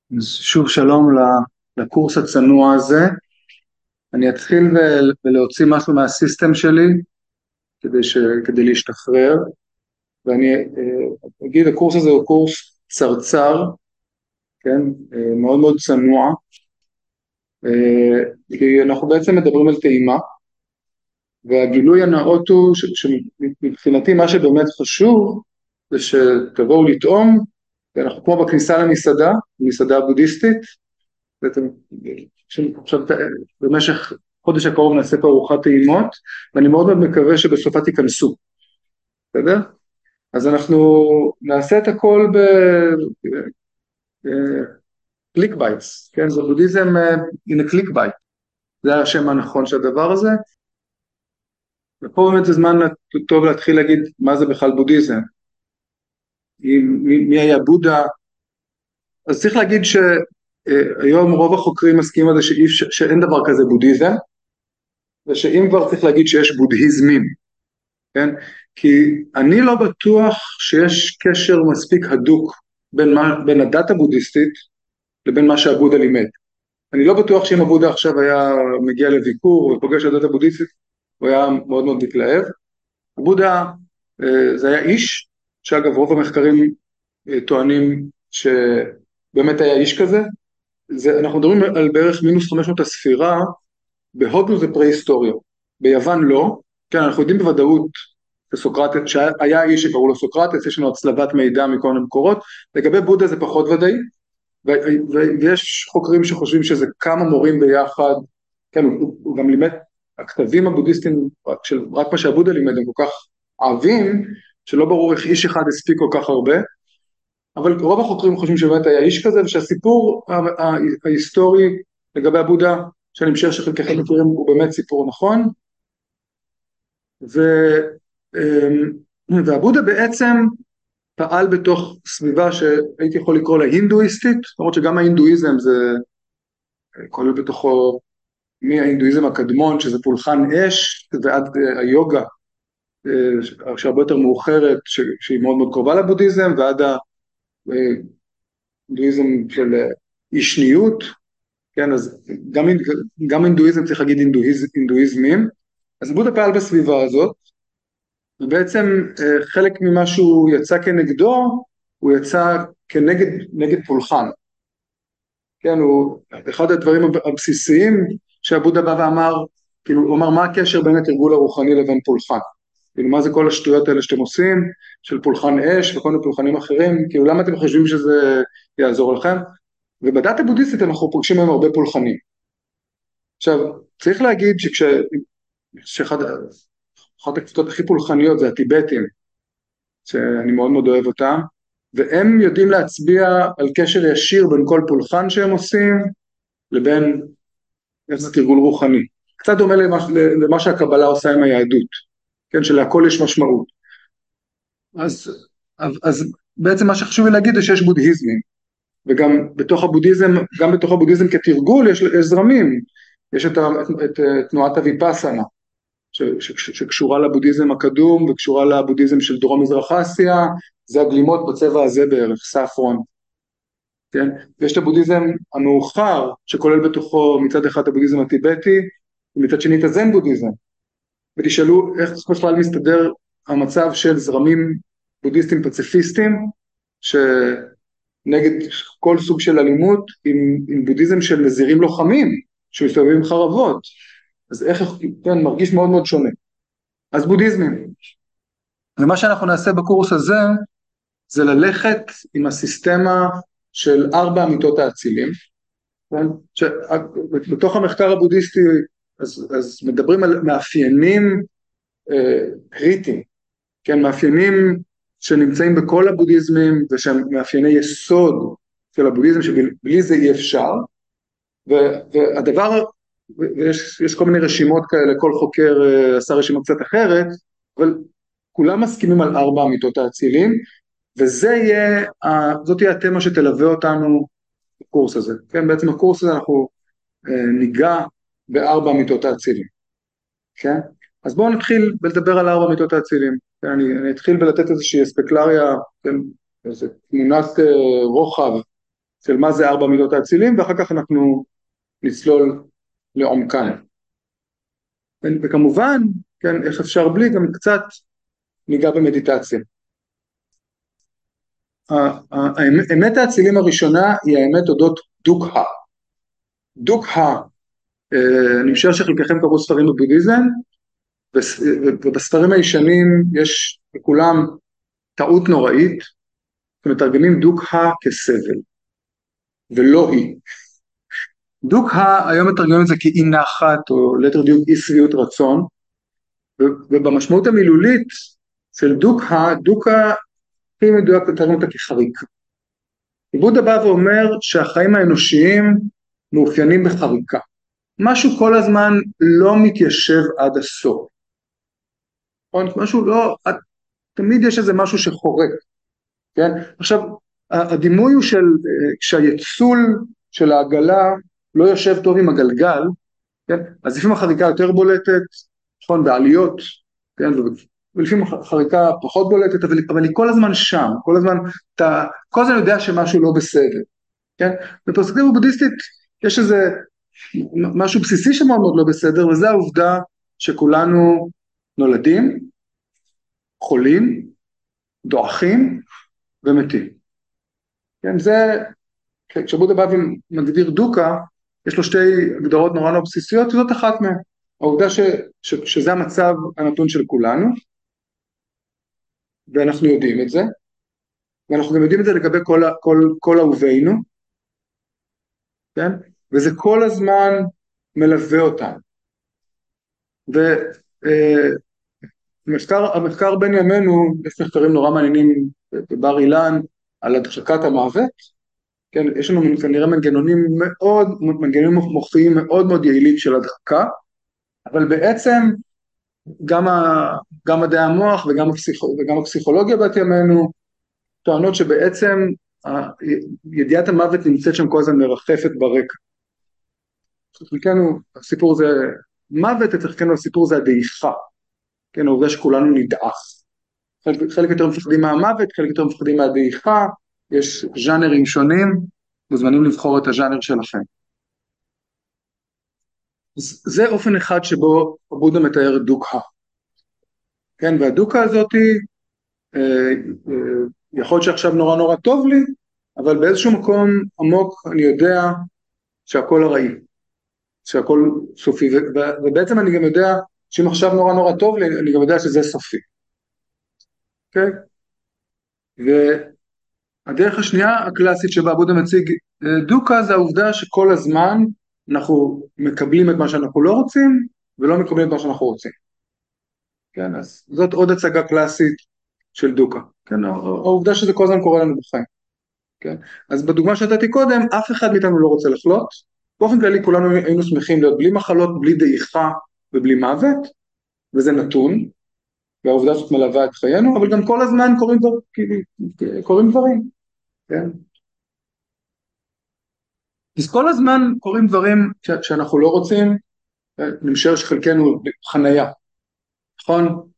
אז שוב שלום לקורס הצנוע הזה. אני אתחיל ולהוציא משהו מהסיסטם שלי כדי להשתחרר, ואני אגיד הקורס הזה הוא קורס קצרצר, כן, מאוד מאוד צנוע, כי אנחנו בעצם מדברים על טעימה, והגילוי הנאות הוא שמבחינתי מה שבאמת חשוב זה שתבואו לטעום, ואנחנו כמו בכניסה למסעדה, מסעדה בודהיסטית, בעצם עכשיו במשך חודש הקרוב נעשה פה ארוחת טעימות, ואני מאוד מאוד מקווה שבסופה תיכנסו, בסדר? אז אנחנו נעשה את הכל קליק בייטס, כן? זה בודהיזם in a click bite, זה השם הנכון של הדבר הזה, ופה באמת זה זמן טוב להתחיל להגיד מה זה בכלל בודהיזם, מי היה בודה. אז צריך להגיד שהיום רוב החוקרים מסכימים על זה שאין דבר כזה בודהיזם, ושאם כבר צריך להגיד שיש בודהיזמים, כן? כי אני לא בטוח שיש קשר מספיק הדוק בין הדת הבודהיסטית לבין מה שהבודה לימד. אני לא בטוח שאם הבודה עכשיו היה מגיע לביקור ופוגש את הדת הבודהיסטית, הוא היה מאוד מאוד מתלהב. הבודה זה היה איש, שאגב רוב המחקרים טוענים שבאמת היה איש כזה. אנחנו מדברים על בערך מינוס 500 הספירה, בהודו זה פרה-היסטוריה, ביוון לא, כן, אנחנו יודעים בוודאות שסוקרטס, שהיה איש שקראו לו סוקרטס, יש לנו הצלבת מידע מכל מיני מקורות, לגבי בודה זה פחות ודאי, ויש חוקרים שחושבים שזה כמה מורים ביחד, כן, הוא גם לימד, הכתבים הבודהיסטיים, רק מה שהבודה לימד הם כל כך עבים, שלא ברור איך איש אחד הספיק כל כך הרבה, אבל רוב החוקרים חושבים שבאמת היה איש כזה, ושהסיפור ההיסטורי לגבי הבודה, שאני משער שחלקכם מכירים, הוא באמת סיפור נכון, והבודה בעצם פעל בתוך סביבה שהייתי יכול לקרוא לה הינדואיסטית, למרות שגם ההינדואיזם זה כולל בתוכו מההינדואיזם הקדמון, שזה פולחן אש, ועד היוגה, שהרבה יותר מאוחרת, שהיא מאוד מאוד קרובה לבודהיזם, ועד ההינדואיזם של אישניות, כן, אז גם הינדואיזם צריך להגיד הינדואיזמים, אז בודה פעל בסביבה הזאת, ובעצם חלק ממה שהוא יצא כנגדו, הוא יצא כנגד פולחן. כן, הוא אחד הדברים הבסיסיים שהבודה בא ואמר, כאילו הוא אמר מה הקשר בין התרגול הרוחני לבין פולחן, כאילו מה זה כל השטויות האלה שאתם עושים, של פולחן אש וכל מיני פולחנים אחרים, כאילו למה אתם חושבים שזה יעזור לכם? ובדת הבודהיסטית אנחנו פוגשים היום הרבה פולחנים. עכשיו, צריך להגיד שאחת הקבוצות הכי פולחניות זה הטיבטים, שאני מאוד מאוד אוהב אותם, והם יודעים להצביע על קשר ישיר בין כל פולחן שהם עושים, לבין איזה תרגול רוחני. קצת דומה למה שהקבלה עושה עם היהדות, כן, שלהכל יש משמעות. אז בעצם מה שחשוב לי להגיד זה שיש בודהיזמים, וגם בתוך הבודהיזם, גם בתוך הבודהיזם כתרגול יש זרמים, יש את תנועת הוויפאסנה, שקשורה לבודהיזם הקדום וקשורה לבודהיזם של דרום מזרח אסיה, זה הגלימות בצבע הזה בערך, ספרון, כן? ויש את הבודהיזם המאוחר שכולל בתוכו מצד אחד הבודהיזם הטיבטי ומצד שני את הזן בודהיזם, ותשאלו איך בכלל מסתדר המצב של זרמים בודהיסטים פציפיסטים שנגד כל סוג של אלימות עם בודהיזם של נזירים לוחמים שמסתובבים חרבות, אז איך, כן, מרגיש מאוד מאוד שונה. אז בודהיזמים, ומה שאנחנו נעשה בקורס הזה, זה ללכת עם הסיסטמה של 4 אמיתות האצילים, כן? בתוך המחקר הבודהיסטי, אז מדברים על מאפיינים קריטיים, כן? מאפיינים שנמצאים בכל הבודהיזמים, ושהם מאפייני יסוד של הבודהיזם, שבלי זה אי אפשר, והדבר, ויש כל מיני רשימות כאלה, כל חוקר עשה רשימה קצת אחרת, אבל כולם מסכימים על 4 אמיתות האצילים, זאת תהיה התמה שתלווה אותנו בקורס הזה. כן, בעצם הקורס הזה אנחנו ניגע ב4 אמיתות האצילים. כן? אז בואו נתחיל לדבר על 4 אמיתות האצילים. כן, אני אתחיל בלתת איזושהי אספקלריה, כן, איזו תמונת רוחב של מה זה 4 מידות האצילים, ואחר כך אנחנו נצלול לעומקן. וכמובן, כן, איך אפשר בלי, גם קצת ניגע במדיטציה. האמת האצילים הראשונה היא האמת אודות דוקה. דוקה, אני משער שחלקכם קראו ספרים בבודהיזם, ובספרים הישנים יש בכולם טעות נוראית, שמתרגמים דוקה כסבל, ולא היא. דוקה היום מתרגמים את זה כאי נחת, או ליתר דיוק אי שביעות רצון, ובמשמעות המילולית של דוקה, דוקה הכי מדויק לתרגם אותה כחריקה. בודה בא ואומר שהחיים האנושיים מאופיינים בחריקה. משהו כל הזמן לא מתיישב עד הסוף. משהו לא, תמיד יש איזה משהו שחורק. כן? עכשיו, הדימוי הוא של, כשהיצול של העגלה לא יושב טוב עם הגלגל, כן? אז לפעמים החריקה יותר בולטת, נכון, בעליות, כן? ולפעמים החריקה פחות בולטת, אבל היא כל הזמן שם, כל הזמן יודע שמשהו לא בסדר, כן? בפרספקטיבה בודהיסטית יש איזה משהו בסיסי שמאוד מאוד לא בסדר, וזה העובדה שכולנו נולדים, חולים, דועכים ומתים. כן, זה, כשבודה בא ומגדיר דוקה, יש לו שתי הגדרות נורא בסיסיות, וזאת אחת מהן. העובדה שזה המצב הנתון של כולנו, ואנחנו יודעים את זה, ואנחנו גם יודעים את זה לגבי כל אהובינו, כן? וזה כל הזמן מלווה אותם. והמחקר בין ימינו, יש מחקרים נורא מעניינים בבר אילן, על הדחקת המוות, כן, יש לנו כנראה מנגנונים מוחיים מאוד מאוד יעילים של הדחקה, אבל בעצם גם מדעי המוח וגם הפסיכולוגיה בת ימינו טוענות שבעצם ידיעת המוות נמצאת שם כל הזמן מרחפת ברקע. חלקנו הסיפור זה מוות, אצלנו הסיפור זה הדעיכה, כן, העובדה שכולנו נדעך. חלק יותר מפחדים מהמוות, חלק יותר מפחדים מהדעיכה, יש ז'אנרים שונים, מוזמנים לבחור את הז'אנר שלכם. זה אופן אחד שבו הבודה מתאר דוקה. כן, והדוקה הזאת יכול להיות שעכשיו נורא טוב לי, אבל באיזשהו מקום עמוק אני יודע שהכל הראי, שהכל סופי, ובעצם אני גם יודע שאם עכשיו נורא טוב לי, אני גם יודע שזה סופי. אוקיי? והדרך השנייה הקלאסית שבה הבודה מציג דוקה, זה העובדה שכל הזמן אנחנו מקבלים את מה שאנחנו לא רוצים, ולא מקבלים את מה שאנחנו רוצים. כן, אז זאת עוד הצגה קלאסית של דוקה. כן, העובדה שזה כל הזמן קורה לנו בחיים. כן, אז בדוגמה שנתתי קודם, אף אחד מאיתנו לא רוצה לחלות, באופן כללי כולנו היינו שמחים להיות בלי מחלות, בלי דעיכה ובלי מוות, וזה נתון, והעובדה הזאת מלווה את חיינו, אבל גם כל הזמן קורים דברים. כן? אז כל הזמן קורים דברים שאנחנו לא רוצים, אני משער שחלקנו חנייה, נכון?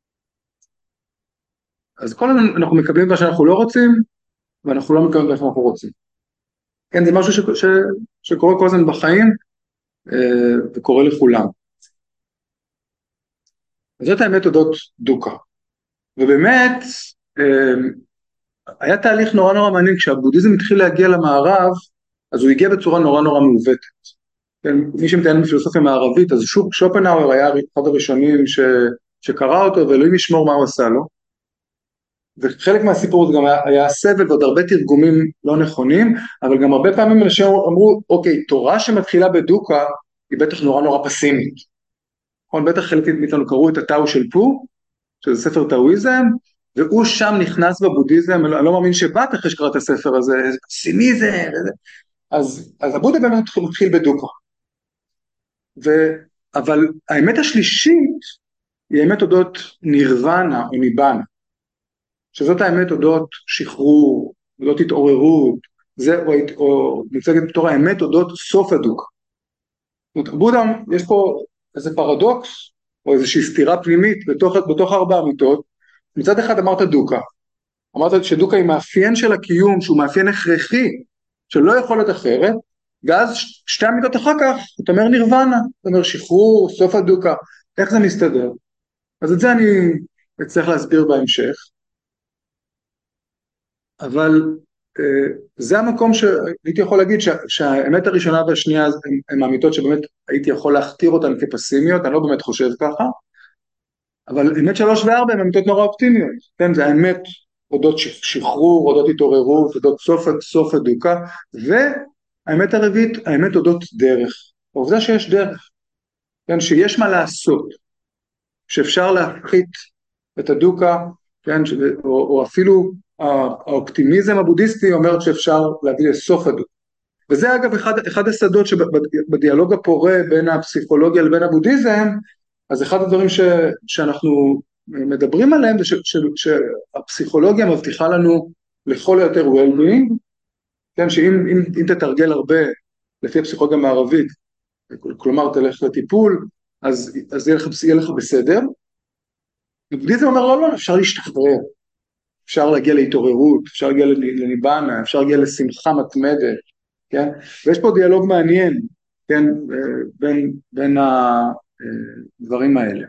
אז כל הזמן אנחנו מקבלים מה שאנחנו לא רוצים, ואנחנו לא מקבלים מה שאנחנו רוצים. כן, זה משהו שקורה כל הזמן בחיים, וקורה לכולם. אז זאת האמת אודות דוקה. ובאמת, היה תהליך נורא מעניין, כשהבודהיזם התחיל להגיע למערב, אז הוא הגיע בצורה נורא מעוותת. כן, מי שמתעניין בפילוסופיה מערבית, אז שופנהאואר היה אחד הראשונים שקרא אותו, ואלוהים ישמור מה הוא עשה לו. וחלק מהסיפור זה גם היה סבל, ועוד הרבה תרגומים לא נכונים, אבל גם הרבה פעמים אנשים אמרו, אוקיי, תורה שמתחילה בדוקה, היא בטח נורא פסימית. בטח חלק מאיתנו קראו את הטאו של פו, שזה ספר טאואיזם, והוא שם נכנס בבודהיזם, אני לא מאמין שבאת אחרי שקראת את הספר הזה, איזה פסימיזם, אז הבודה באמת מתחיל בדוקה. אבל האמת השלישית, היא האמת אודות נירוונה או ניבאנה, שזאת האמת אודות שחרור, אודות התעוררות, או נצגת בתור האמת אודות סוף הדוקה. בודה, יש פה איזה פרדוקס, או איזושהי סתירה פנימית בתוך 4 אמיתות. מצד אחד אמרת דוקה, אמרת שדוקה היא מאפיין של הקיום, שהוא מאפיין הכרחי שלא יכול להיות אחרת, ואז שתי אמיתות אחר כך, אתה אומר נירוונה, אתה אומר שחרור, סוף הדוקה, איך זה מסתדר? אז את זה אני אצטרך להסביר בהמשך, אבל זה המקום שהייתי יכול להגיד שהאמת הראשונה והשנייה הן האמיתות שבאמת הייתי יכול להכתיר אותן כפסימיות, אני לא באמת חושב ככה, אבל אמת 3 ו-4 הן אמיתות נורא אופטימיות, כן, זה האמת אודות שחרור, אודות התעוררות, אודות סוף הדוקה, והאמת הרביעית, האמת אודות דרך, העובדה שיש דרך, כן, שיש מה לעשות, שאפשר להפחית את הדוקה, כן, או אפילו האופטימיזם הבודהיסטי אומר שאפשר להביא לסוף הדוקה. וזה אגב אחד השדות שבדיאלוג הפורה בין הפסיכולוגיה לבין הבודהיזם, אז אחד הדברים שאנחנו מדברים עליהם זה שהפסיכולוגיה מבטיחה לנו לכל היותר well-being, כן, שאם תתרגל הרבה לפי הפסיכולוגיה המערבית, כלומר תלך לטיפול, אז יהיה לך בסדר. ובודהיזם אומר לא, אפשר להשתחרר, אפשר להגיע להתעוררות, אפשר להגיע לניבאנה, אפשר להגיע לשמחה מתמדת, כן? ויש פה דיאלוג מעניין, כן, בין הדברים האלה.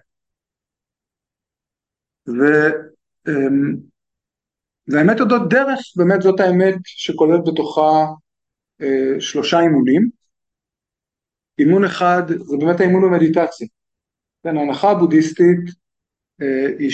והאמת אודות דרך, באמת זאת האמת שכוללת בתוכה 3 אימונים. אימון אחד זה באמת האימון במדיטציה. כן, ההנחה הבודהיסטית היא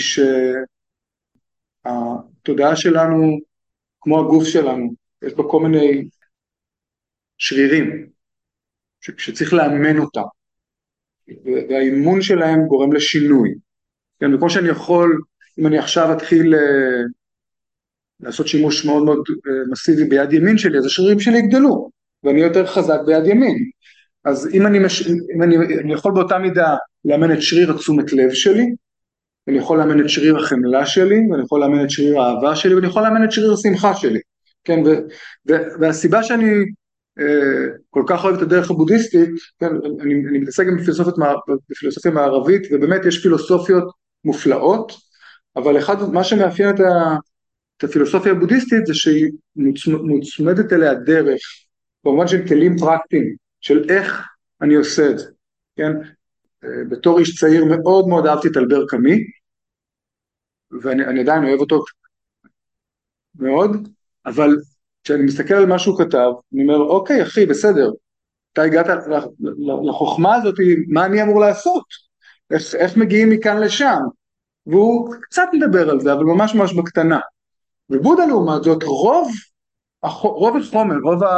שהתודעה שלנו, כמו הגוף שלנו, יש בה כל מיני שרירים שצריך לאמן אותם, והאימון שלהם גורם לשינוי. כן, וכמו שאני יכול, אם אני עכשיו אתחיל לעשות שימוש מאוד מאוד מסיבי ביד ימין שלי, אז השרירים שלי יגדלו, ואני יותר חזק ביד ימין. אז אם אני יכול באותה מידה לאמן את שריר התשומת לב שלי, אני יכול לאמן את שריר החמלה שלי, ואני יכול לאמן את שריר האהבה שלי, ואני יכול לאמן את שריר השמחה שלי. כן, והסיבה שאני כל כך אוהב את הדרך הבודהיסטית, כן, אני מתעסק גם בפילוסופיה מערבית, ובאמת יש פילוסופיות מופלאות, אבל מה שמאפיין את הפילוסופיה הבודהיסטית זה שהיא מוצמדת אליה דרך, במובן של כלים פרקטיים, של איך אני עושה את זה, כן? בתור איש צעיר מאוד מאוד אהבתי את אלבר קאמי, ואני עדיין אוהב אותו מאוד, אבל כשאני מסתכל על מה שהוא כתב, אני אומר, אוקיי אחי, בסדר, אתה הגעת לחוכמה הזאת, מה אני אמור לעשות? איך מגיעים מכאן לשם? והוא קצת מדבר על זה, אבל ממש ממש בקטנה. ובודה לעומת זאת, רוב החומר,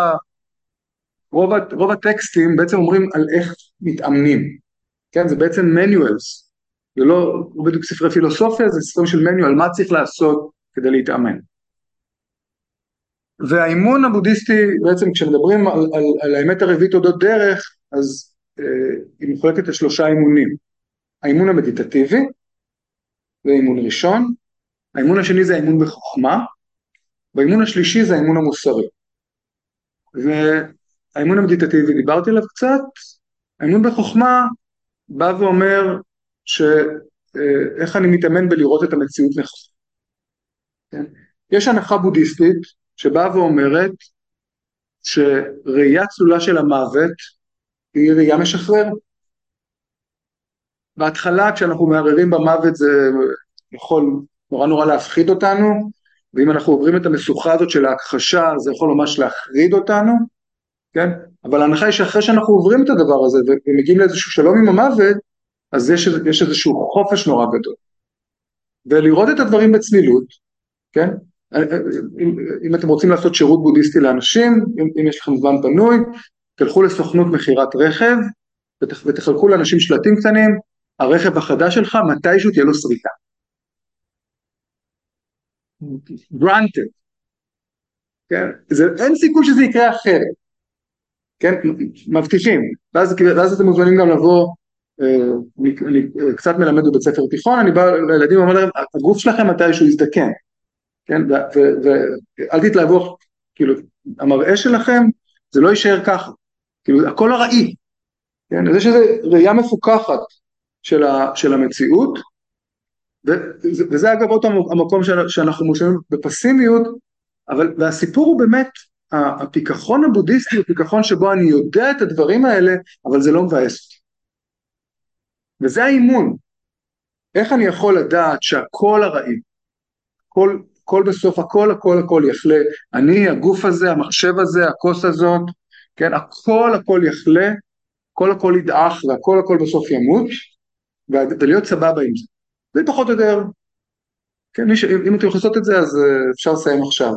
רוב הטקסטים בעצם אומרים על איך מתאמנים, כן? זה בעצם manuals, זה לא בדיוק ספרי פילוסופיה, זה ספרים של manual, מה צריך לעשות כדי להתאמן. והאימון הבודהיסטי, בעצם כשמדברים על האמת הרביעית אודות דרך, אז היא מחולקת ל3 אימונים. האימון המדיטטיבי, זה אימון ראשון, האימון השני זה האימון בחוכמה, והאימון השלישי זה האימון המוסרי. והאימון המדיטטיבי, דיברתי עליו קצת, האימון בחוכמה בא ואומר איך אני מתאמן בלראות את המציאות נכוחה. כן? יש הנחה בודהיסטית שבאה ואומרת שראייה צלולה של המוות היא ראייה משחררת. בהתחלה כשאנחנו מערערים במוות זה יכול נורא להפחיד אותנו, ואם אנחנו עוברים את המשוכה הזאת של ההכחשה זה יכול ממש להחריד אותנו, כן? אבל ההנחה היא שאחרי שאנחנו עוברים את הדבר הזה ומגיעים לאיזשהו שלום עם המוות, אז יש איזשהו חופש נורא גדול. ולראות את הדברים בצלילות, כן? אם אתם רוצים לעשות שירות בודהיסטי לאנשים, אם יש לכם זמן פנוי, תלכו לסוכנות מכירת רכב, ותחלקו לאנשים שלטים קטנים, הרכב החדש שלך מתישהו תהיה לו שריטה. granted. כן? אין סיכוי שזה יקרה אחרת. כן? מבטיחים. ואז אתם מוזמנים גם לבוא, אני קצת מלמד בבית ספר תיכון, אני בא לילדים ואומר להם, הגוף שלכם מתישהו יזדקן. כן? ואל תתלהבו, כאילו, המראה שלכם, זה לא יישאר ככה. כאילו, הכל הראי. כן? אז יש איזו ראייה מפוקחת של המציאות, וזה אגב אותו המקום שאנחנו מושבים בפסימיות, והסיפור הוא באמת הפיכחון הבודהיסטי הוא פיכחון שבו אני יודע את הדברים האלה, אבל זה לא מבאס אותי. וזה האימון. איך אני יכול לדעת שהכל הרעי, כל בסוף הכל יחלה, אני, הגוף הזה, המחשב הזה, הכוס הזאת, כן, הכל יחלה, הכל ידעך, והכל בסוף ימות, ולהיות סבבה עם זה. זה פחות או יותר, כן, אם אתם יכולים לעשות את זה, אז אפשר לסיים עכשיו.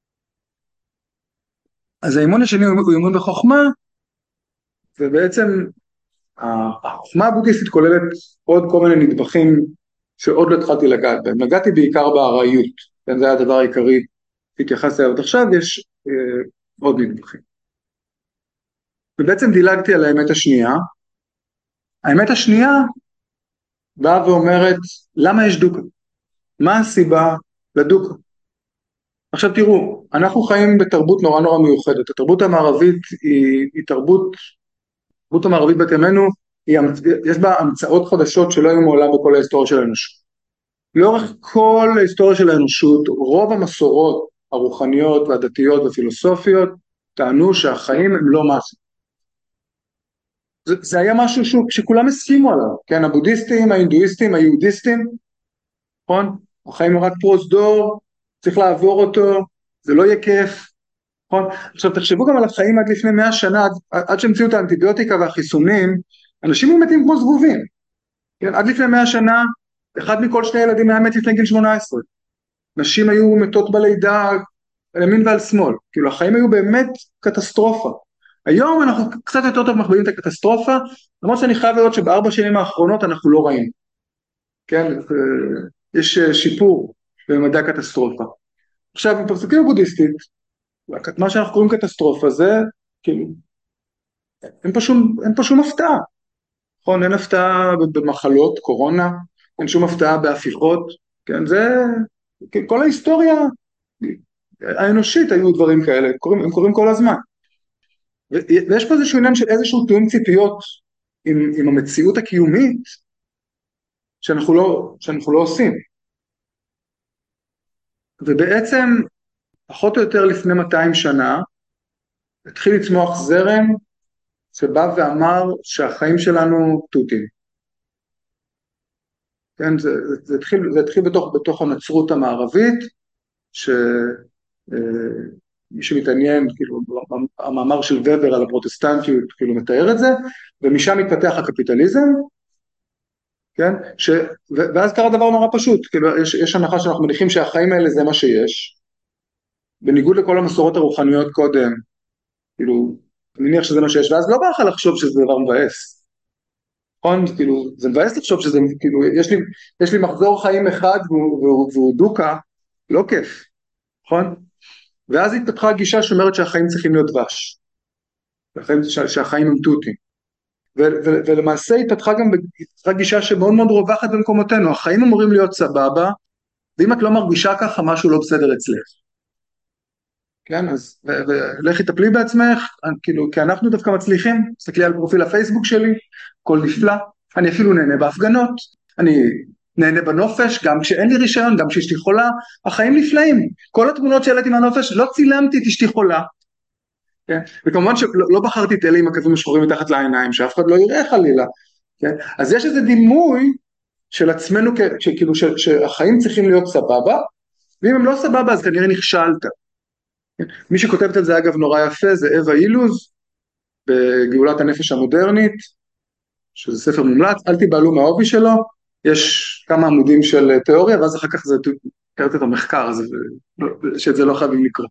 אז האימון השני הוא אימון בחוכמה, ובעצם החוכמה הבודהיסטית כוללת עוד כל מיני נדבכים שעוד לא התחלתי לגעת בהם. נגעתי בעיקר בארעיות, כן, זה היה הדבר העיקרי שהתייחסתי אליו עד עכשיו, יש עוד נדבכים. ובעצם דילגתי על האמת השנייה. האמת השנייה באה ואומרת, למה יש דוקה? מה הסיבה לדוקה? עכשיו תראו, אנחנו חיים בתרבות נורא מיוחדת. התרבות המערבית היא התרבות המערבית בת ימינו, יש בה המצאות חדשות שלא היו מעולם בכל ההיסטוריה של האנושות. לאורך כל ההיסטוריה של האנושות, רוב המסורות הרוחניות והדתיות והפילוסופיות טענו שהחיים הם לא משהו. זה היה משהו שכולם הסכימו עליו, כן? הבודהיסטים, ההינדואיסטים, היהודיסטים, נכון? החיים הם רק פרוזדור, צריך לעבור אותו, זה לא יהיה כיף, נכון? עכשיו תחשבו גם על החיים עד לפני 100 שנה, עד שהמציאו את האנטיביוטיקה והחיסונים, אנשים היו מתים כמו זבובים, כן? עד לפני 100 שנה, אחד מכל 2 ילדים היה מת לפני גיל 18, נשים היו מתות בלידה על ימין ועל שמאל, כאילו החיים היו באמת קטסטרופה. היום אנחנו קצת יותר טוב מחבאים את הקטסטרופה, למרות שאני חייב לראות שב4 שנים האחרונות אנחנו לא ראינו, כן? יש שיפור במדע הקטסטרופה. עכשיו, בפרספקטיבה בודהיסטית, מה שאנחנו קוראים קטסטרופה זה, כאילו, אין פה שום הפתעה, נכון? אין הפתעה במחלות, קורונה, אין שום הפתעה בהפיכות, כן? זה, כל ההיסטוריה האנושית היו דברים כאלה, הם קורים כל הזמן. ויש פה איזשהו עניין של איזשהו תיאום ציפיות עם המציאות הקיומית שאנחנו לא עושים. ובעצם, פחות או יותר לפני 200 שנה, התחיל לצמוח זרם שבא ואמר שהחיים שלנו תותים. כן, זה התחיל בתוך הנצרות המערבית, מי שמתעניין, כאילו, המאמר של ובר על הפרוטסטנטיות, כאילו מתאר את זה, ומשם מתפתח הקפיטליזם, כן, ואז קרה דבר נורא פשוט, כאילו, יש הנחה שאנחנו מניחים שהחיים האלה זה מה שיש, בניגוד לכל המסורות הרוחניות קודם, כאילו, אני מניח שזה מה שיש, ואז לא בא לך לחשוב שזה דבר מבאס, נכון? כאילו, זה מבאס לחשוב שזה, כאילו, יש לי מחזור חיים אחד והוא דוקה, לא כיף, נכון? ואז התפתחה הגישה שאומרת שהחיים צריכים להיות דבש, שהחיים הם תותים, ולמעשה התפתחה גם גישה שמאוד מאוד רווחת במקומותינו, החיים אמורים להיות סבבה, ואם את לא מרגישה ככה, משהו לא בסדר אצלך. כן, אז לכי תטפלי בעצמך, כאילו, כי אנחנו דווקא מצליחים, תסתכלי על פרופיל הפייסבוק שלי, הכל נפלא, אני אפילו נהנה בהפגנות, אני נהנה בנופש, גם כשאין לי רישיון, גם כשאשתי חולה, החיים נפלאים, כל התמונות שהעליתי מהנופש, לא צילמתי את אשתי חולה, כן? וכמובן שלא בחרתי את אלה עם הקווים השחורים מתחת לעיניים, שאף אחד לא יראה חלילה, כן? אז יש איזה דימוי של עצמנו, כאילו שהחיים צריכים להיות סבבה, ואם הם לא סבבה אז כנראה נכשלת. מי שכותבת על זה אגב נורא יפה זה אווה אילוז, בגאולת הנפש המודרנית, שזה ספר מומלץ, אל תיבהלו מההובי שלו, יש כמה עמודים של תיאוריה, ואז אחר כך זה קראת את המחקר, שאת זה לא חייבים לקרוא.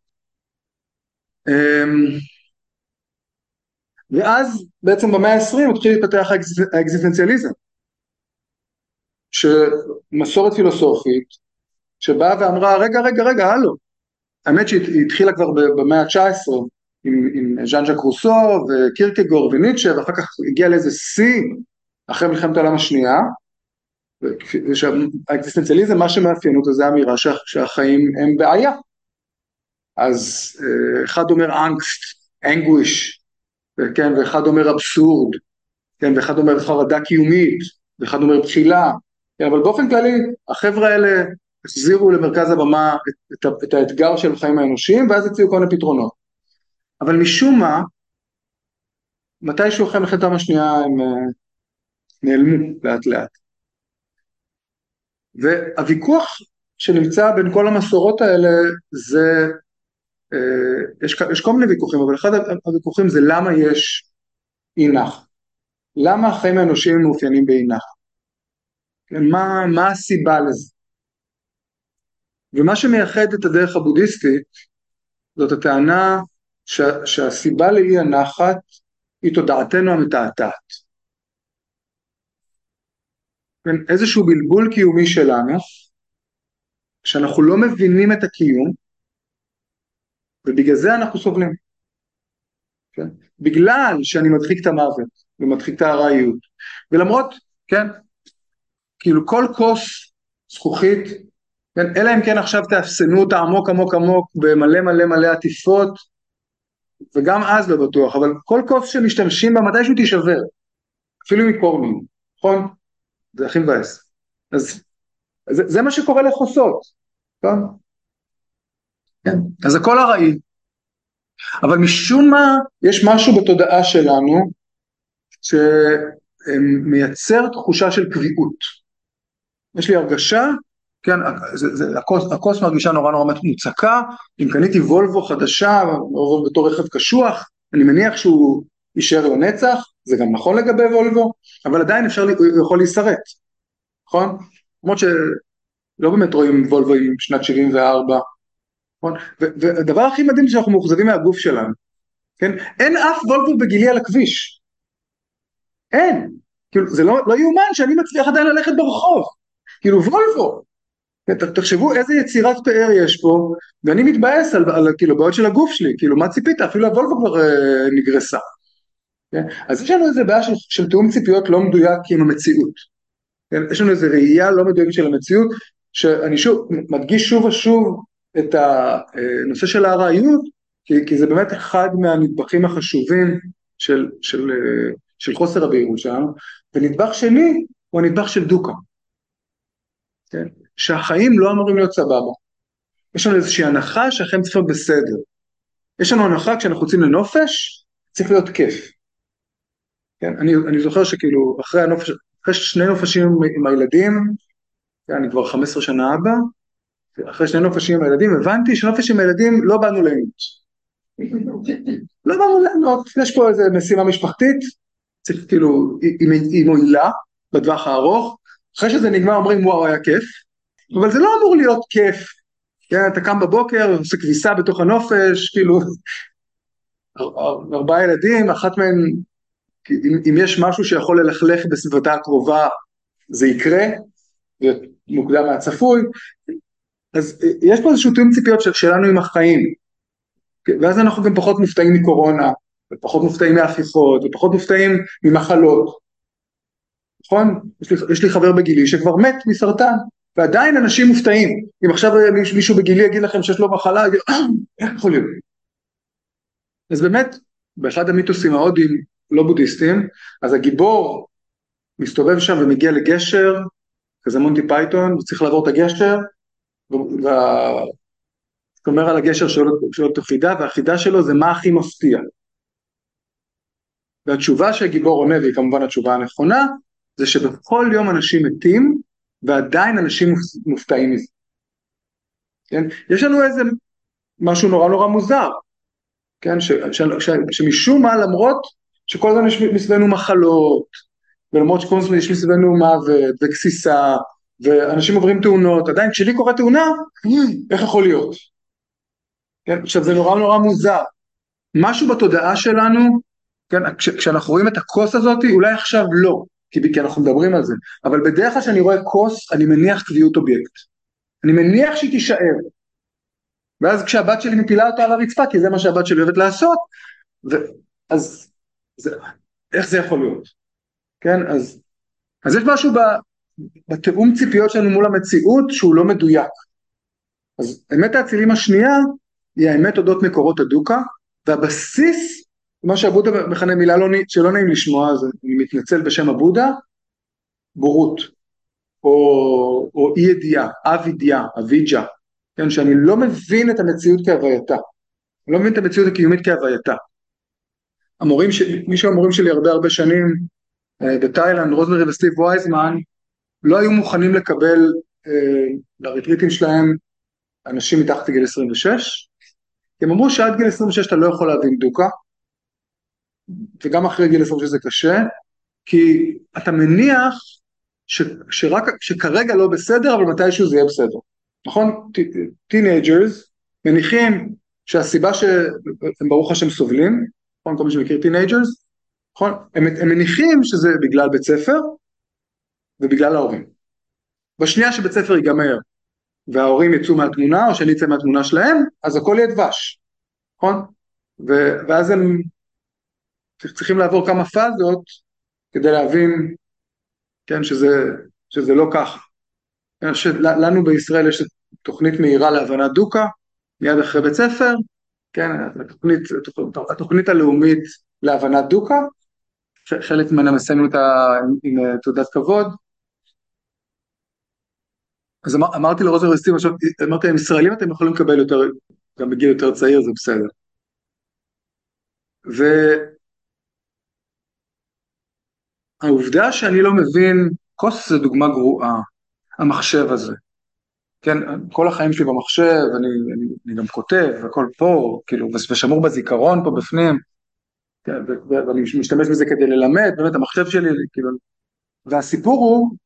ואז בעצם במאה ה-20 התחיל להתפתח האקזיסטנציאליזם, שמסורת פילוסופית, שבאה ואמרה, רגע, הלו, האמת שהיא התחילה כבר במאה ה-19, עם ז'אן ז'אק רוסו וקירקגור וניטשה, ואחר כך הגיעה לאיזה שיא אחרי מלחמת העולם השנייה, והאקזיסטנציאליזם, מה שמאפיין אותו זה האמירה שהחיים הם בעיה. אז אחד אומר אנגסט, אנגוויש, כן, ואחד אומר אבסורד, כן, ואחד אומר חרדה קיומית, ואחד אומר בחילה, כן, אבל באופן כללי החבר'ה האלה החזירו למרכז הבמה את האתגר של החיים האנושיים, ואז הציעו כל מיני פתרונות. אבל משום מה, מתישהו אחרי מלחמת העולם השנייה הם נעלמו לאט לאט. והוויכוח שנמצא בין כל המסורות האלה זה, יש כל מיני ויכוחים, אבל אחד הוויכוחים זה למה יש אי נחת. למה החיים האנושיים מאופיינים באי נחת? מה הסיבה לזה? ומה שמייחד את הדרך הבודהיסטית זאת הטענה שהסיבה לאי הנחת היא תודעתנו המתעתעת. איזשהו בלבול קיומי שלנו, שאנחנו לא מבינים את הקיום, ובגלל זה אנחנו סובלים. כן? בגלל שאני מדחיק את המוות, ומדחיק את הארעיות. ולמרות, כן, כאילו כל כוס זכוכית, כן, אלא אם כן עכשיו תאפסנו אותה עמוק עמוק עמוק, במלא מלא מלא עטיפות, וגם אז לא בטוח, אבל כל כוס שמשתמשים בה מתישהו תישבר, אפילו מקורנים, נכון? זה הכי מבאס. אז זה מה שקורה לחוסות, כן? כן. אז הכל ארעי. אבל משום מה יש משהו בתודעה שלנו שמייצר תחושה של קביעות. יש לי הרגשה, כן, הכוס מרגישה נורא נורא מוצקה, אם קניתי וולבו חדשה, בתור רכב קשוח, אני מניח שהוא יישאר לנצח, זה גם נכון לגבי וולבו, אבל עדיין הוא יכול להישרט, נכון? למרות שלא באמת רואים וולבו עם שנת 74, נכון? והדבר הכי מדהים שאנחנו מאוכזבים מהגוף שלנו, כן? אין אף וולבו בגילי על הכביש, אין, כאילו זה לא יאומן שאני מצליח עדיין ללכת ברחוב, כאילו וולבו, תחשבו איזה יצירת פאר יש פה, ואני מתבאס על כאילו בעיות של הגוף שלי, כאילו מה ציפית, אפילו הוולבו כבר נגרסה, כן? אז יש לנו איזה בעיה של תאום ציפיות לא מדויק עם המציאות, כן? יש לנו איזה ראייה לא מדויקת של המציאות, שאני שוב מדגיש שוב ושוב את הנושא של הארעיות, כי זה באמת אחד מהנדבכים החשובים של חוסר הבהירות שלנו, ונדבך שני הוא הנדבך של דוקה, כן? שהחיים לא אמורים להיות סבבה, יש לנו איזושהי הנחה שהחיים צריכים להיות בסדר, יש לנו הנחה כשאנחנו יוצאים לנופש, צריך להיות כיף, כן? אני זוכר שכאילו אחרי שני נופשים עם הילדים, אני כבר 15 שנה אבא, אחרי שני נופשים עם הילדים הבנתי שנופש עם הילדים לא באנו ליהנות, לא באנו ליהנות, יש פה איזו משימה משפחתית, צריך כאילו, היא מועילה בטווח הארוך, אחרי שזה נגמר אומרים וואו היה כיף, אבל זה לא אמור להיות כיף, כן, אתה קם בבוקר, עושה כביסה בתוך הנופש, כאילו, 4 ילדים, אחת מהן, אם יש משהו שיכול ללכלך בסביבתה הקרובה, זה יקרה, זה מוקדם מהצפוי, אז יש פה איזשהו תאום ציפיות שלנו עם החיים, ואז אנחנו גם פחות מופתעים מקורונה, ופחות מופתעים מהפיכות, ופחות מופתעים ממחלות, נכון? יש לי חבר בגילי שכבר מת מסרטן, ועדיין אנשים מופתעים, אם עכשיו מישהו בגילי יגיד לכם שיש לו מחלה, יגיד, איך יכול להיות? אז באמת, באחד המיתוסים ההודיים, לא בודהיסטים, אז הגיבור מסתובב שם ומגיע לגשר, כזה מונטי פייתון, הוא צריך לעבור את הגשר, ואומר על הגשר שלו את החידה, והחידה שלו זה מה הכי מפתיע. והתשובה שהגיבור עונה, והיא כמובן התשובה הנכונה, זה שבכל יום אנשים מתים, ועדיין אנשים מופתעים מזה. כן? יש לנו איזה משהו נורא נורא מוזר, כן? שמשום מה למרות שכל הזמן יש מסביבנו מחלות, ולמרות שכל הזמן יש מסביבנו מוות וכסיסה, ואנשים עוברים תאונות, עדיין כשלי קורה תאונה, איך יכול להיות? כן? עכשיו זה נורא נורא מוזר, משהו בתודעה שלנו, כן? כשאנחנו רואים את הכוס הזאת, אולי עכשיו לא, כי אנחנו מדברים על זה, אבל בדרך כלל שאני רואה כוס, אני מניח קביעות אובייקט, אני מניח שהיא תישאר, ואז כשהבת שלי מפילה אותה על הרצפה, כי זה מה שהבת שלי אוהבת לעשות, אז איך זה יכול להיות? כן, אז יש משהו בתאום ציפיות שלנו מול המציאות שהוא לא מדויק. אז האמת האצילים השנייה היא האמת אודות מקורות הדוקה, והבסיס, מה שהבודה מכנה מילה שלא נעים לשמוע, אז אני מתנצל בשם הבודה, בורות, או אי ידיעה, אבידיה, אביג'ה, כן, שאני לא מבין את המציאות כהווייתה. אני לא מבין את המציאות הקיומית כהווייתה. מי שהמורים שלי הרבה שנים, בתאילנד, רוזמרי וסטיב וייזמן, לא היו מוכנים לקבל לריטריטים שלהם אנשים מתחת לגיל 26, כי הם אמרו שעד גיל 26 אתה לא יכול להבין דוקה, וגם אחרי גיל 26 זה קשה, כי אתה מניח שכרגע לא בסדר, אבל מתישהו זה יהיה בסדר. נכון? טינג'רס מניחים שהסיבה שהם ברוך השם סובלים, נכון? כל מי שמכיר טינג'רס, נכון? הם מניחים שזה בגלל בית ספר ובגלל ההורים. בשנייה שבית ספר ייגמר וההורים יצאו מהתמונה, או שאני אצא מהתמונה שלהם, אז הכל יהיה דבש, נכון? ואז הם צריכים לעבור כמה פאזות כדי להבין, כן, שזה לא ככה. לנו בישראל יש תוכנית מהירה להבנת דוקה, מיד אחרי בית ספר, כן, התוכנית הלאומית להבנת דוקה, חלק ממנה מסיימים אותה עם תעודת כבוד. אז אמרתי לרוזר וסטיב, אמרתי להם, ישראלים אתם יכולים לקבל יותר, גם בגיל יותר צעיר, זה בסדר. והעובדה שאני לא מבין, כוס זה דוגמה גרועה, המחשב הזה. כן, כל החיים שלי במחשב, אני גם כותב, הכל פה, כאילו, ושמור בזיכרון פה בפנים, כן, ואני משתמש בזה כדי ללמד, באמת המחשב שלי, כאילו, והסיפור הוא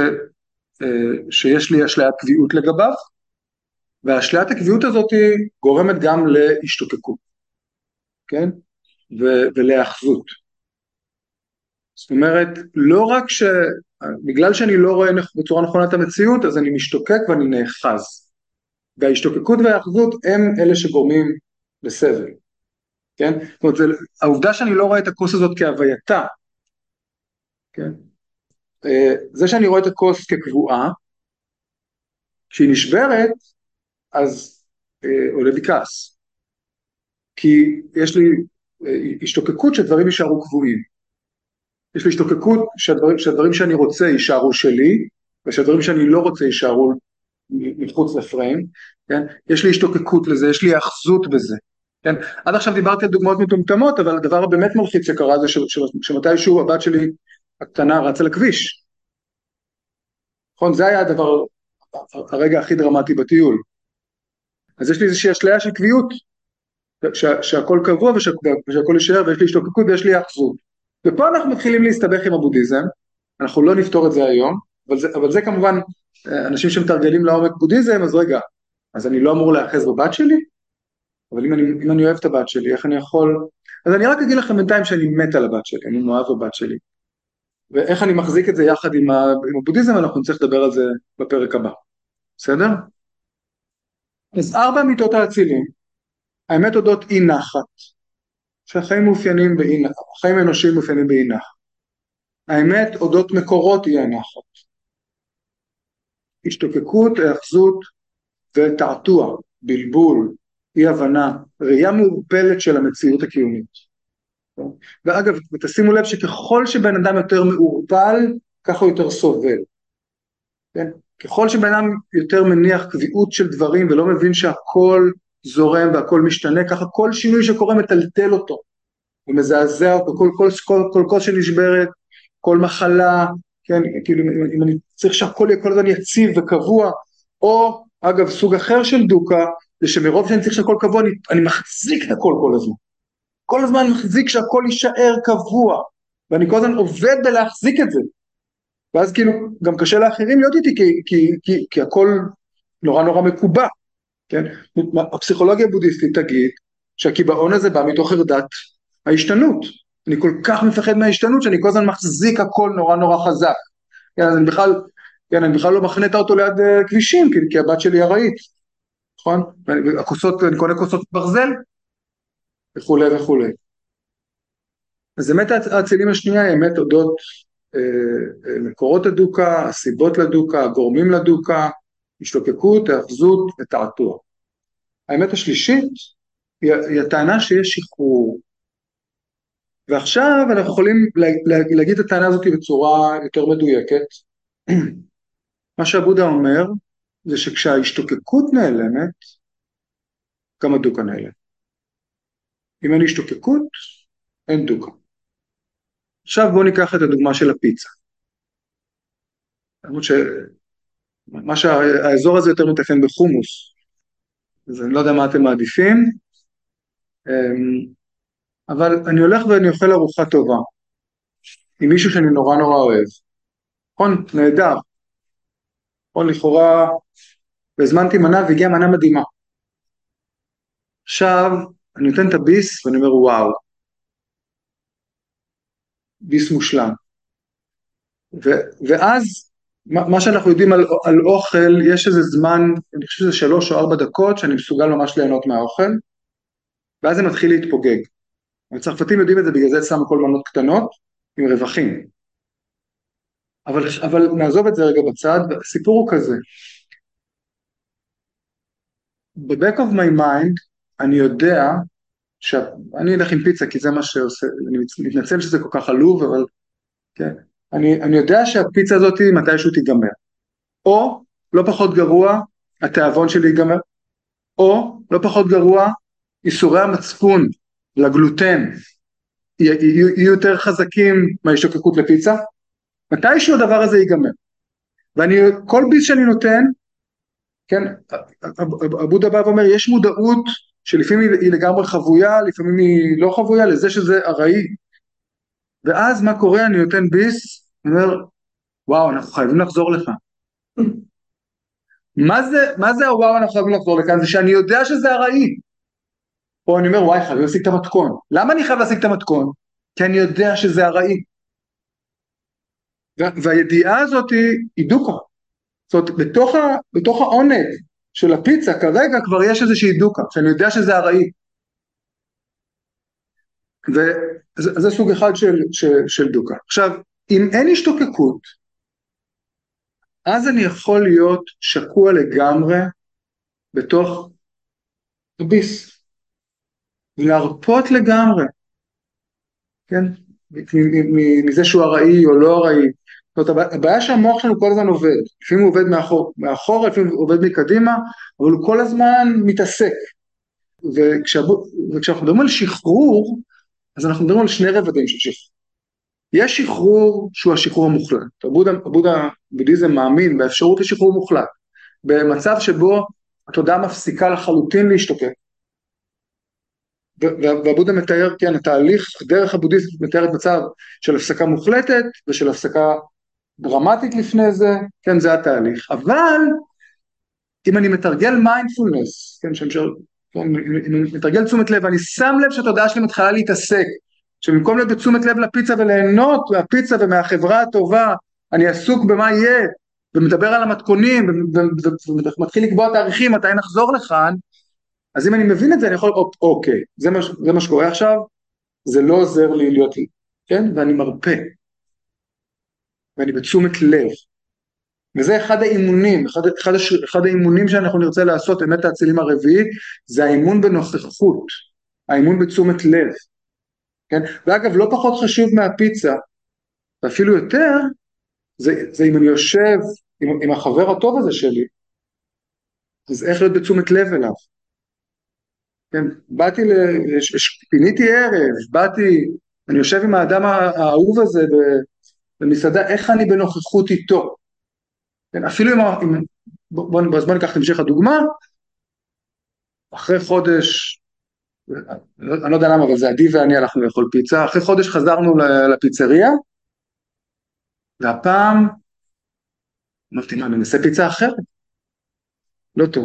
שיש לי אשליית קביעות לגביו, והאשליית הקביעות הזאת גורמת גם להשתוקקות, כן, ולהאחזות. זאת אומרת, לא רק בגלל שאני לא רואה בצורה נכונה את המציאות, אז אני משתוקק ואני נאחז. וההשתוקקות והאחזות הם אלה שגורמים לסבל. כן? זאת אומרת, העובדה שאני לא רואה את הכוס הזאת כהווייתה, כן? זה שאני רואה את הכוס כקבועה, כשהיא נשברת, אז עולה בי כעס. כי יש לי השתוקקות שדברים יישארו קבועים. יש לי השתוקקות שהדברים שאני רוצה יישארו שלי, ושהדברים שאני לא רוצה יישארו מחוץ לפריים, כן? יש לי השתוקקות לזה, יש לי האחזות בזה, כן? עד עכשיו דיברתי על דוגמאות מטומטמות, אבל הדבר הבאמת מלחיץ שקרה זה שמתישהו הבת שלי הקטנה רצה לכביש, נכון? זה היה הדבר, הרגע הכי דרמטי בטיול. אז יש לי איזושהי אשליה של קביעות, שהכל קבוע ושהכל יישאר, ויש לי השתוקקות ויש לי האחזות. ופה אנחנו מתחילים להסתבך עם הבודהיזם, אנחנו לא נפתור את זה היום, אבל זה כמובן, אנשים שמתרגלים לעומק בודהיזם, אז רגע, אז אני לא אמור להאחז בבת שלי? אבל אם אני אוהב את הבת שלי, איך אני יכול... אז אני רק אגיד לכם בינתיים שאני מת על הבת שלי, אני מאוהב בבת שלי. ואיך אני מחזיק את זה יחד עם הבודהיזם, אנחנו נצטרך לדבר על זה בפרק הבא. בסדר? אז 4 מיתות האצילים, האמת אודות אי נחת, שהחיים מאופיינים באי נחת, החיים האנושיים מאופיינים באי נחת. האמת אודות מקורות אי הנחת, השתוקקות, האחזות ותעתוע, בלבול, אי הבנה, ראייה מעורפלת של המציאות הקיומית. ואגב, ותשימו לב שככל שבן אדם יותר מעורפל, ככה הוא יותר סובל. כן? ככל שבן אדם יותר מניח קביעות של דברים ולא מבין שהכל זורם והכל משתנה, ככה כל שינוי שקורה מטלטל אותו, ומזעזע אותו, כל שנשברת, כל מחלה, כן? כאילו אם אני צריך שהכל יהיה כל הזמן יציב וקבוע, או אגב סוג אחר של דוקה, זה שמרוב שאני צריך שהכל קבוע, אני מחזיק את הכל כל הזמן. כל הזמן מחזיק שהכל יישאר קבוע, ואני כל הזמן עובד בלהחזיק את זה, ואז כאילו גם קשה לאחרים להיות איתי, כי הכל נורא מקובע, כן? הפסיכולוגיה הבודהיסטית תגיד שהקיבעון הזה בא מתוך חרדת ההשתנות, אני כל כך מפחד מההשתנות, שאני כל הזמן מחזיק הכל נורא חזק, כן, אז אני בכלל לא מחנה את האוטו ליד כבישים, כי הבת שלי ארעית, נכון? אני קונה כוסות ברזל, וכולי. אז אמת האצילים השנייה היא אמת אודות מקורות הדוקה, הסיבות לדוקה, הגורמים לדוקה, השתוקקות, האחזות ותעתוע. האמת השלישית היא הטענה שיש שחרור. ועכשיו אנחנו יכולים להגיד את הטענה הזאת בצורה יותר מדויקת. מה שהבודה אומר זה שכשההשתוקקות נעלמת, גם הדוקה נעלמת. אם אין השתוקקות, אין דוקה. עכשיו בואו ניקח את הדוגמה של הפיצה. למרות שהאזור הזה יותר מתאפיין בחומוס, אז אני לא יודע מה אתם מעדיפים, אבל אני הולך ואני אוכל ארוחה טובה, עם מישהו שאני נורא נורא אוהב. נכון? נהדר. נכון, לכאורה, והזמנתי מנה והגיעה מנה מדהימה. עכשיו, אני נותן את הביס ואני אומר וואו, ביס מושלם. ואז, מה שאנחנו יודעים על אוכל, יש איזה זמן, אני חושב שזה 3 או 4 דקות, שאני מסוגל ממש ליהנות מהאוכל, ואז זה מתחיל להתפוגג. הצרפתים יודעים את זה, בגלל זה שמו כל מנות קטנות, עם רווחים. אבל נעזוב את זה רגע בצד, הסיפור הוא כזה. ב-back of my mind, אני יודע, שאני אלך עם פיצה, כי זה מה שעושה, אני מתנצל שזה כל כך עלוב, אבל כן, אני יודע שהפיצה הזאת מתישהו תיגמר. או, לא פחות גרוע, התיאבון שלי ייגמר, או, לא פחות גרוע, איסורי המצפון לגלוטן יהיו יותר חזקים מההשתוקקות לפיצה, מתישהו הדבר הזה ייגמר. ואני, כל ביס שאני נותן, כן, הבודה בא ואומר, יש מודעות שלפעמים היא לגמרי חבויה, לפעמים היא לא חבויה, לזה שזה ארעי. ואז מה קורה? אני נותן ביס, אני אומר, וואו, אנחנו חייבים לחזור לכאן. מה זה הוואו, אנחנו חייבים לחזור לכאן? זה שאני יודע שזה ארעי. או אני אומר, וואי, חייב להשיג את המתכון. למה אני חייב להשיג את המתכון? כי אני יודע שזה ארעי. והידיעה הזאת היא דוקה. זאת אומרת, בתוך העונג של הפיצה, כרגע כבר יש איזושהי דוקה, שאני יודע שזה ארעי. וזה סוג אחד של דוקה. עכשיו, אם אין השתוקקות, אז אני יכול להיות שקוע לגמרי בתוך הביס. להרפות לגמרי, כן? מזה שהוא ארעי או לא ארעי. זאת אומרת, הבעיה שהמוח שלנו כל הזמן עובד. לפעמים הוא עובד מאחורה, לפעמים הוא עובד מקדימה, אבל הוא כל הזמן מתעסק. וכשאנחנו מדברים על שחרור, אז אנחנו מדברים על 2 רבדים של שחרור. יש שחרור שהוא השחרור המוחלט. הבודהיזם מאמין באפשרות לשחרור מוחלט. במצב שבו התודעה מפסיקה לחלוטין להשתוקק. והבודה מתאר, כן, התהליך, דרך הבודהיזם מתארת מצב של הפסקה מוחלטת ושל הפסקה דרמטית לפני זה, כן, זה התהליך. אבל אם אני מתרגל מיינדפולנס, כן, אם אני מתרגל תשומת לב, אני שם לב שהתודעה שלי מתחילה להתעסק, שבמקום להיות בתשומת לב לפיצה וליהנות מהפיצה ומהחברה הטובה, אני עסוק במה יהיה, ומדבר על המתכונים, ומתחיל לקבוע תאריכים, מתי נחזור לכאן, אז אם אני מבין את זה, אני יכול, אוקיי, זה מה שקורה עכשיו, זה לא עוזר לי להיות לי, כן? ואני מרפא, ואני בתשומת לב, וזה אחד האימונים, אחד האימונים שאנחנו נרצה לעשות, אמת האצילים הרביעית, זה האימון בנוכחות, האימון בתשומת לב, כן? ואגב, לא פחות חשוב מהפיצה, ואפילו יותר, זה אם אני יושב עם החבר הטוב הזה שלי, אז איך להיות בתשומת לב אליו? כן, פיניתי ערב, אני יושב עם האדם האהוב הזה במסעדה, איך אני בנוכחות איתו? כן, אפילו בוא ניקח את המשך הדוגמה, אחרי חודש, אני לא יודע למה, אבל זה עדי ואני הלכנו לאכול פיצה, אחרי חודש חזרנו לפיצריה, והפעם, אמרתי, מה, ננסה פיצה אחרת? לא טוב.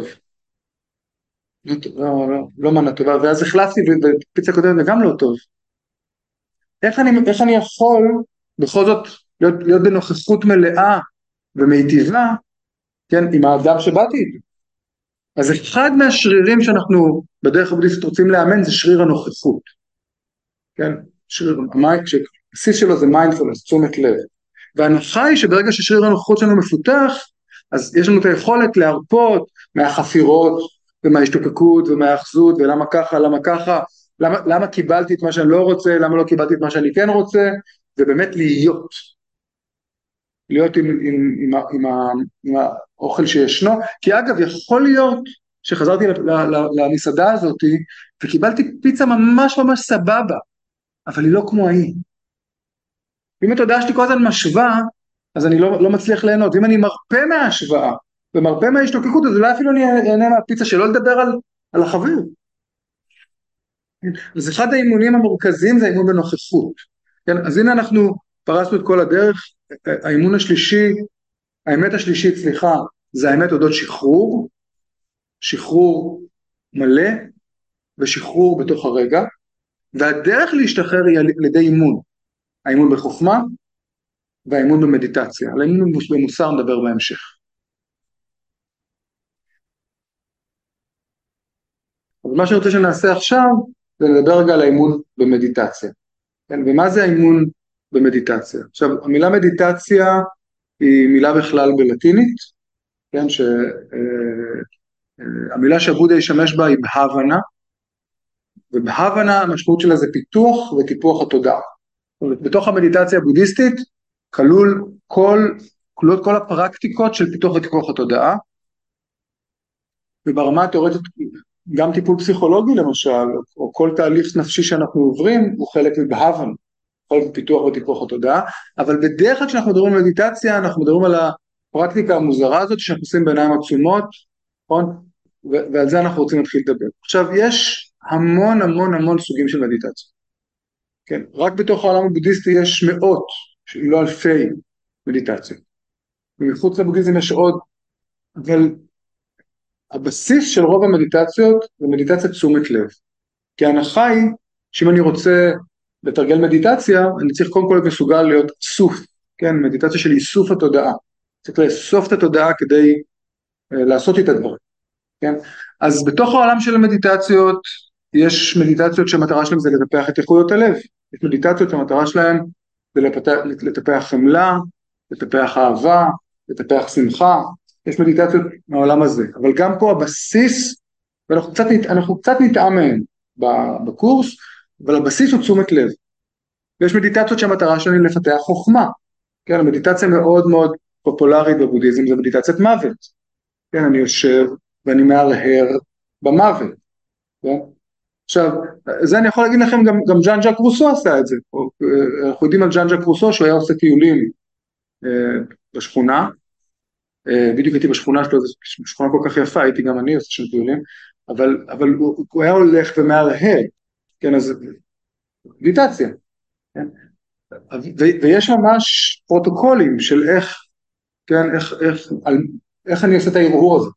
לא מנה טובה, ואז החלפתי בפיצה קודמת וגם לא טוב. איך אני יכול בכל זאת להיות בנוכחות מלאה ומיטיבה, כן, עם האדם שבאתי איתו. אז אחד מהשרירים שאנחנו בדרך הבודהיסטית רוצים לאמן זה שריר הנוכחות. כן, שהבסיס שלו זה מיינדפולנס, תשומת לב. וההנחה היא שברגע ששריר הנוכחות שלנו מפותח, אז יש לנו את היכולת להרפות מהחפירות ומההשתוקקות ומהאחזות ולמה ככה, למה ככה, למה קיבלתי את מה שאני לא רוצה, למה לא קיבלתי את מה שאני כן רוצה, ובאמת להיות עם האוכל שישנו, כי אגב יכול להיות שחזרתי למסעדה הזאת, וקיבלתי פיצה ממש ממש סבבה, אבל היא לא כמו ההיא. אם התודעה שלי כל הזמן משווה, אז אני לא מצליח ליהנות. אם אני מרפא מההשוואה, ומרפא מההשתוקקות, אז אולי אפילו אני אהנה מהפיצה, שלא לדבר על החבר. אז אחד האימונים המורכזים זה האימון בנוכחות. כן? אז הנה אנחנו פרסנו את כל הדרך. האימון השלישי, האמת השלישית, סליחה, זה האמת אודות שחרור, שחרור מלא ושחרור בתוך הרגע, והדרך להשתחרר היא על ידי אימון. האימון בחוכמה והאימון במדיטציה. על האימון במוסר נדבר בהמשך. אבל מה שאני רוצה שנעשה עכשיו זה לדבר רגע על האימון במדיטציה. כן? ומה זה האימון במדיטציה? עכשיו, המילה מדיטציה היא מילה בכלל בלטינית, כן? המילה שבודה ישמש בה היא בהבנה, ובהבנה המשמעות שלה זה פיתוח וטיפוח התודעה. בתוך המדיטציה הבודהיסטית כלולות כל הפרקטיקות של פיתוח וטיפוח התודעה, וברמה התיאורטית גם טיפול פסיכולוגי למשל, או כל תהליך נפשי שאנחנו עוברים, הוא חלק מבהבנה, חלק מפיתוח וטיפוח התודעה, אבל בדרך כלל כשאנחנו מדברים על מדיטציה, אנחנו מדברים על הפרקטיקה המוזרה הזאת שאנחנו עושים בעיניים עצומות, נכון? ועל זה אנחנו רוצים להתחיל לדבר. עכשיו, יש המון המון המון סוגים של מדיטציה. כן? רק בתוך העולם הבודהיסטי יש מאות, אם לא אלפי מדיטציות. ומחוץ לבודהיזם יש עוד, אבל הבסיס של רוב המדיטציות זה מדיטציית תשומת לב. כי ההנחה היא שאם אני רוצה לתרגל מדיטציה, אני צריך קודם כל להיות מסוגל להיות איסוף, כן? מדיטציה של איסוף התודעה. צריך לאסוף את התודעה כדי לעשות את הדברים. כן? אז בתוך העולם של המדיטציות, יש מדיטציות שהמטרה שלהם זה לטפח את איכויות הלב. יש מדיטציות שהמטרה שלהם זה לטפח חמלה, לטפח אהבה, לטפח שמחה. יש מדיטציות מהעולם הזה. אבל גם פה הבסיס, ואנחנו קצת נתאמן בקורס, אבל הבסיס הוא תשומת לב. ויש מדיטציות שהמטרה שלהם לפתח חוכמה. כן, המדיטציה מאוד מאוד פופולרית בבודהיזם זה מדיטציית מוות. כן, אני יושב ואני מהרהר במוות. כן? עכשיו, זה אני יכול להגיד לכם, גם ז'אן ז'אק רוסו עשה את זה. אנחנו יודעים על ז'אן ז'אק רוסו שהוא היה עושה טיולים בשכונה, בדיוק הייתי בשכונה שלו, זו שכונה כל כך יפה, הייתי גם אני עושה שם טיולים, אבל הוא היה הולך ומהרהר, כן, אז מדיטציה. כן? ויש ממש פרוטוקולים של כן, איך אני עושה את ההרהור הזה.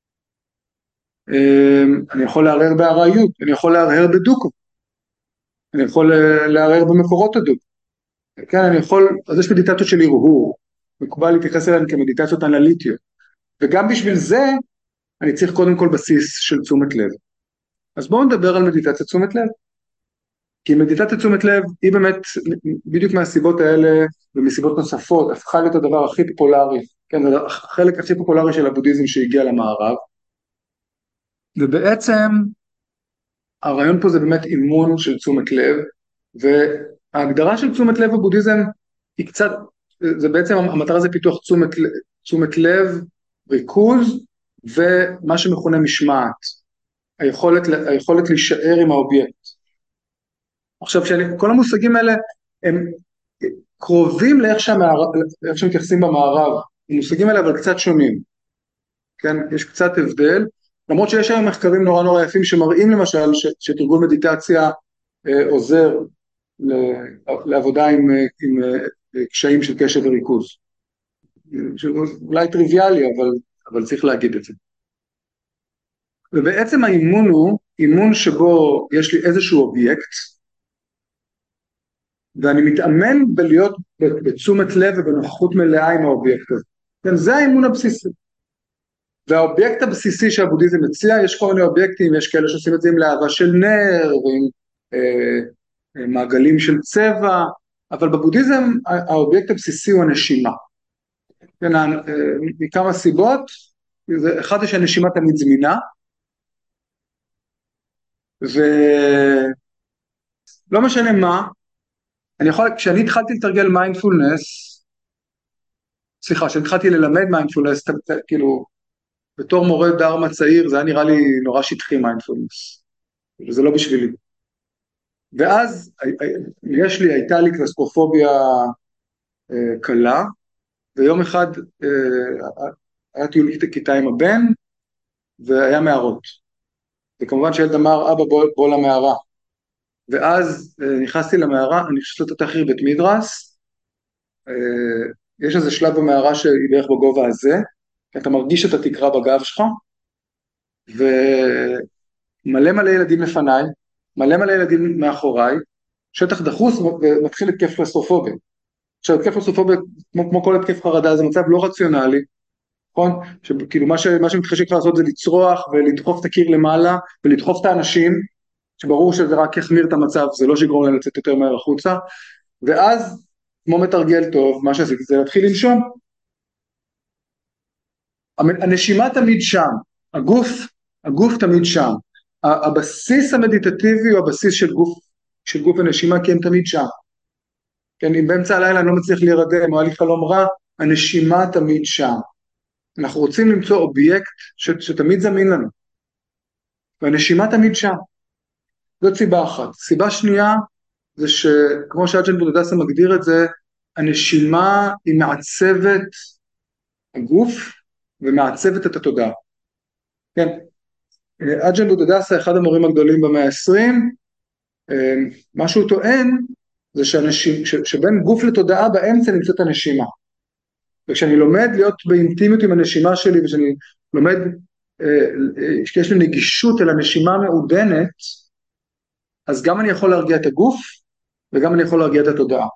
אני יכול להרהר בארעיות, אני יכול להרהר בדוקו, אני יכול להרהר במקורות הדוקו. כן, אז יש מדיטציות של הרהור, מקובל להתייחס אליהן כמדיטציות אנליטיות, וגם בשביל זה אני צריך קודם כל בסיס של תשומת לב. אז בואו נדבר על מדיטציית תשומת לב. כי מדיטציית תשומת לב היא באמת, בדיוק מהסיבות האלה, ומסיבות נוספות, הפכה להיות הדבר הכי פופולרי, כן, החלק הכי פופולרי של הבודהיזם שהגיע למערב, ובעצם הרעיון פה זה באמת אימון של תשומת לב, וההגדרה של תשומת לב בבודהיזם היא קצת, זה בעצם המטרה זה פיתוח תשומת לב, ריכוז, ומה שמכונה משמעת, היכולת להישאר עם האובייקט. עכשיו, כל המושגים האלה הם קרובים לאיך שמתייחסים במערב, המושגים האלה אבל קצת שונים, כן? יש קצת הבדל, למרות שיש היום מחקרים נורא נורא יפים שמראים למשל שתרגול מדיטציה עוזר לעבודה עם קשיים של קשב וריכוז. אולי טריוויאלי, אבל צריך להגיד את זה. ובעצם האימון הוא אימון שבו יש לי איזשהו אובייקט, ואני מתאמן בלהיות בתשומת לב ובנוכחות מלאה עם האובייקט הזה. כן, זה האימון הבסיסי. והאובייקט הבסיסי שהבודהיזם מציע, יש כל מיני אובייקטים, יש כאלה שעושים את זה עם להבה של נר, ועם מעגלים של צבע, אבל בבודהיזם האובייקט הבסיסי הוא הנשימה. כן, מכמה סיבות, אחד זה שהנשימה תמיד זמינה, ולא משנה מה, כשאני התחלתי לתרגל מיינדפולנס, סליחה, כשאני התחלתי ללמד מיינדפולנס, כאילו, בתור מורה דרמה צעיר, זה היה נראה לי נורא שטחי מיינדפולנס, וזה לא בשבילי. ואז הייתה לי קלסטרופוביה קלה, ויום אחד היה טיול כיתה עם הבן, והיה מערות. וכמובן שילד אמר, אבא בוא למערה. ואז נכנסתי למערה, אני חושב שאתה הכי בית מדרס, יש איזה שלב במערה שהיא בערך בגובה הזה, אתה מרגיש את התקרה בגב שלך, ומלא מלא ילדים לפניי, מלא מלא ילדים מאחוריי, שטח דחוס ומתחיל התקף קלסטרופוביה. עכשיו התקף קלסטרופוביה, כמו כל התקף חרדה, זה מצב לא רציונלי, נכון? שכאילו מה שמתחשק לעשות זה לצרוח ולדחוף את הקיר למעלה ולדחוף את האנשים, שברור שזה רק יחמיר את המצב, זה לא שיגרום להם לצאת יותר מהר החוצה, ואז כמו מתרגל טוב, מה שעשיתי זה להתחיל לנשום. הנשימה תמיד שם, הגוף תמיד שם, הבסיס המדיטטיבי הוא הבסיס של גוף הנשימה, כי הם תמיד שם. כן, אם באמצע הלילה אני לא מצליח להירדם, או היה לי חלום רע, הנשימה תמיד שם. אנחנו רוצים למצוא אובייקט שתמיד זמין לנו, והנשימה תמיד שם. זאת סיבה אחת. סיבה שנייה, זה שכמו שאג'ן בודהדסה מגדיר את זה, הנשימה היא מעצבת הגוף, ומעצבת את התודעה. כן, אג'ן בודהדסה, אחד המורים הגדולים במאה ה-20, מה שהוא טוען, זה שבין גוף לתודעה באמצע נמצאת הנשימה. וכשאני לומד להיות באינטימיות עם הנשימה שלי, וכשאני לומד, שיש לי נגישות אל הנשימה מעודנת, אז גם אני יכול להרגיע את הגוף, וגם אני יכול להרגיע את התודעה.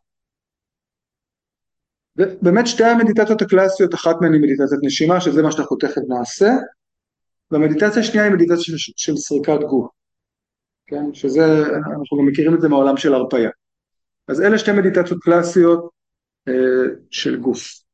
ובאמת שתי המדיטציות הקלאסיות, אחת מהן היא מדיטציית נשימה, שזה מה שאנחנו תכף נעשה, והמדיטציה השנייה היא מדיטציה של סריקת גוף, כן? שזה, אנחנו גם מכירים את זה מהעולם של הרפאיה. אז אלה שתי מדיטציות קלאסיות של גוף.